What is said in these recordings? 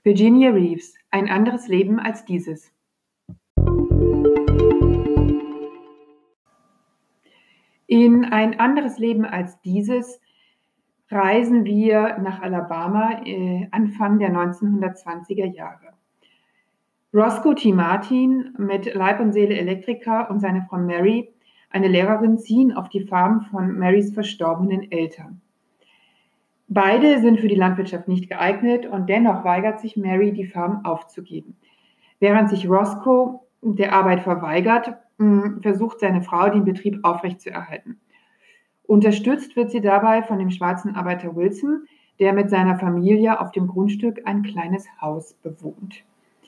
Virginia Reeves, ein anderes Leben als dieses. In ein anderes Leben als dieses reisen wir nach Alabama Anfang der 1920er Jahre. Roscoe T. Martin mit Leib und Seele Elektriker und seine Frau Mary, eine Lehrerin, ziehen auf die Farm von Marys verstorbenen Eltern. Beide sind für die Landwirtschaft nicht geeignet und dennoch weigert sich Mary, die Farm aufzugeben. Während sich Roscoe der Arbeit verweigert, versucht seine Frau, den Betrieb aufrechtzuerhalten. Unterstützt wird sie dabei von dem schwarzen Arbeiter Wilson, der mit seiner Familie auf dem Grundstück ein kleines Haus bewohnt.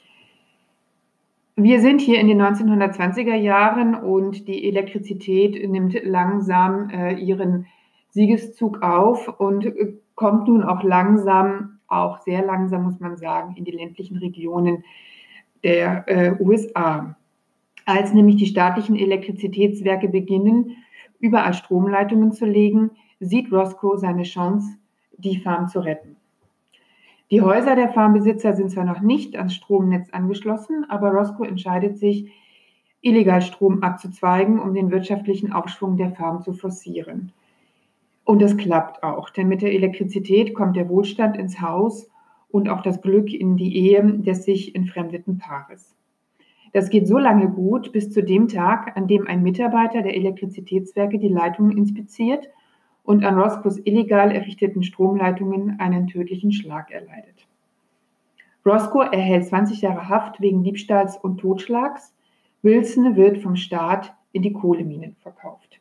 Wir sind hier in den 1920er Jahren und die Elektrizität nimmt langsam ihren Siegeszug auf und kommt nun auch langsam, auch sehr langsam muss man sagen, in die ländlichen Regionen der USA. Als nämlich die staatlichen Elektrizitätswerke beginnen, überall Stromleitungen zu legen, sieht Roscoe seine Chance, die Farm zu retten. Die Häuser der Farmbesitzer sind zwar noch nicht ans Stromnetz angeschlossen, aber Roscoe entscheidet sich, illegal Strom abzuzweigen, um den wirtschaftlichen Aufschwung der Farm zu forcieren. Und das klappt auch, denn mit der Elektrizität kommt der Wohlstand ins Haus und auch das Glück in die Ehe des sich entfremdeten Paares. Das geht so lange gut, bis zu dem Tag, an dem ein Mitarbeiter der Elektrizitätswerke die Leitungen inspiziert und an Roscoes illegal errichteten Stromleitungen einen tödlichen Schlag erleidet. Roscoe erhält 20 Jahre Haft wegen Diebstahls und Totschlags. Wilson wird vom Staat in die Kohleminen verkauft.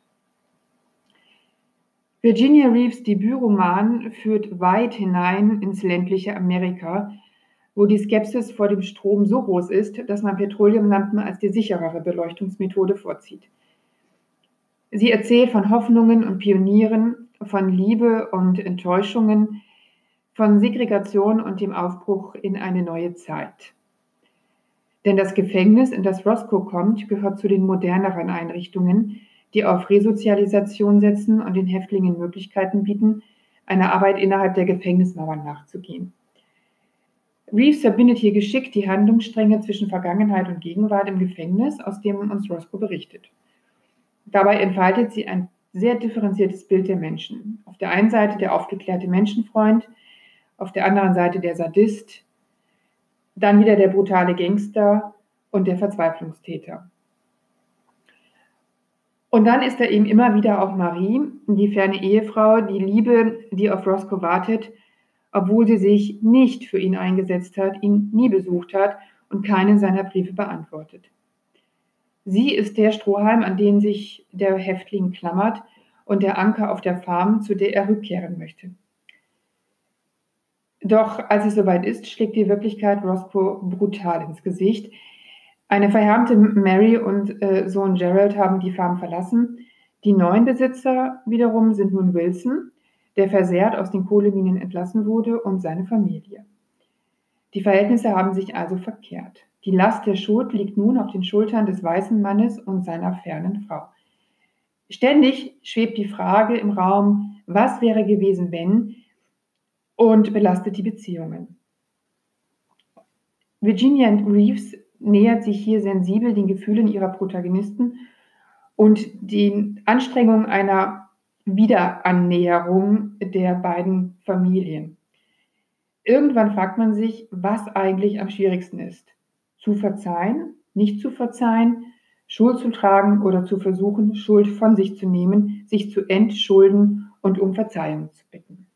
Virginia Reeves' Debütroman führt weit hinein ins ländliche Amerika, wo die Skepsis vor dem Strom so groß ist, dass man Petroleumlampen als die sicherere Beleuchtungsmethode vorzieht. Sie erzählt von Hoffnungen und Pionieren, von Liebe und Enttäuschungen, von Segregation und dem Aufbruch in eine neue Zeit. Denn das Gefängnis, in das Roscoe kommt, gehört zu den moderneren Einrichtungen, die auf Resozialisation setzen und den Häftlingen Möglichkeiten bieten, einer Arbeit innerhalb der Gefängnismauern nachzugehen. Reeves verbindet hier geschickt die Handlungsstränge zwischen Vergangenheit und Gegenwart im Gefängnis, aus dem uns Roscoe berichtet. Dabei entfaltet sie ein sehr differenziertes Bild der Menschen. Auf der einen Seite der aufgeklärte Menschenfreund, auf der anderen Seite der Sadist, dann wieder der brutale Gangster und der Verzweiflungstäter. Und dann ist da eben immer wieder auch Marie, die ferne Ehefrau, die Liebe, die auf Roscoe wartet, obwohl sie sich nicht für ihn eingesetzt hat, ihn nie besucht hat und keinen seiner Briefe beantwortet. Sie ist der Strohhalm, an den sich der Häftling klammert und der Anker auf der Farm, zu der er rückkehren möchte. Doch als es soweit ist, schlägt die Wirklichkeit Roscoe brutal ins Gesicht. Eine verhärmte Mary und Sohn Gerald haben die Farm verlassen. Die neuen Besitzer wiederum sind nun Wilson, der versehrt aus den Kohleminen entlassen wurde, und seine Familie. Die Verhältnisse haben sich also verkehrt. Die Last der Schuld liegt nun auf den Schultern des weißen Mannes und seiner fernen Frau. Ständig schwebt die Frage im Raum, was wäre gewesen, wenn, und belastet die Beziehungen. Virginia Reeves nähert sich hier sensibel den Gefühlen ihrer Protagonisten und den Anstrengungen einer Wiederannäherung der beiden Familien. Irgendwann fragt man sich, was eigentlich am schwierigsten ist. Zu verzeihen, nicht zu verzeihen, Schuld zu tragen oder zu versuchen, Schuld von sich zu nehmen, sich zu entschulden und um Verzeihung zu bitten.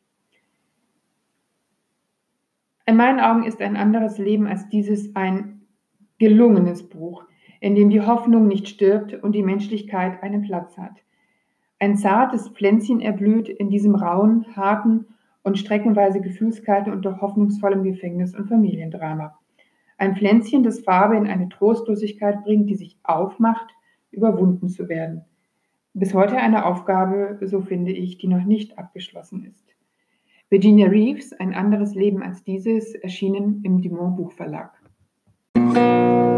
In meinen Augen ist ein anderes Leben als dieses ein gelungenes Buch, in dem die Hoffnung nicht stirbt und die Menschlichkeit einen Platz hat. Ein zartes Pflänzchen erblüht in diesem rauen, harten und streckenweise gefühlskalten und doch hoffnungsvollen Gefängnis- und Familiendrama. Ein Pflänzchen, das Farbe in eine Trostlosigkeit bringt, die sich aufmacht, überwunden zu werden. Bis heute eine Aufgabe, so finde ich, die noch nicht abgeschlossen ist. Virginia Reeves, ein anderes Leben als dieses, erschienen im Dumont Buchverlag.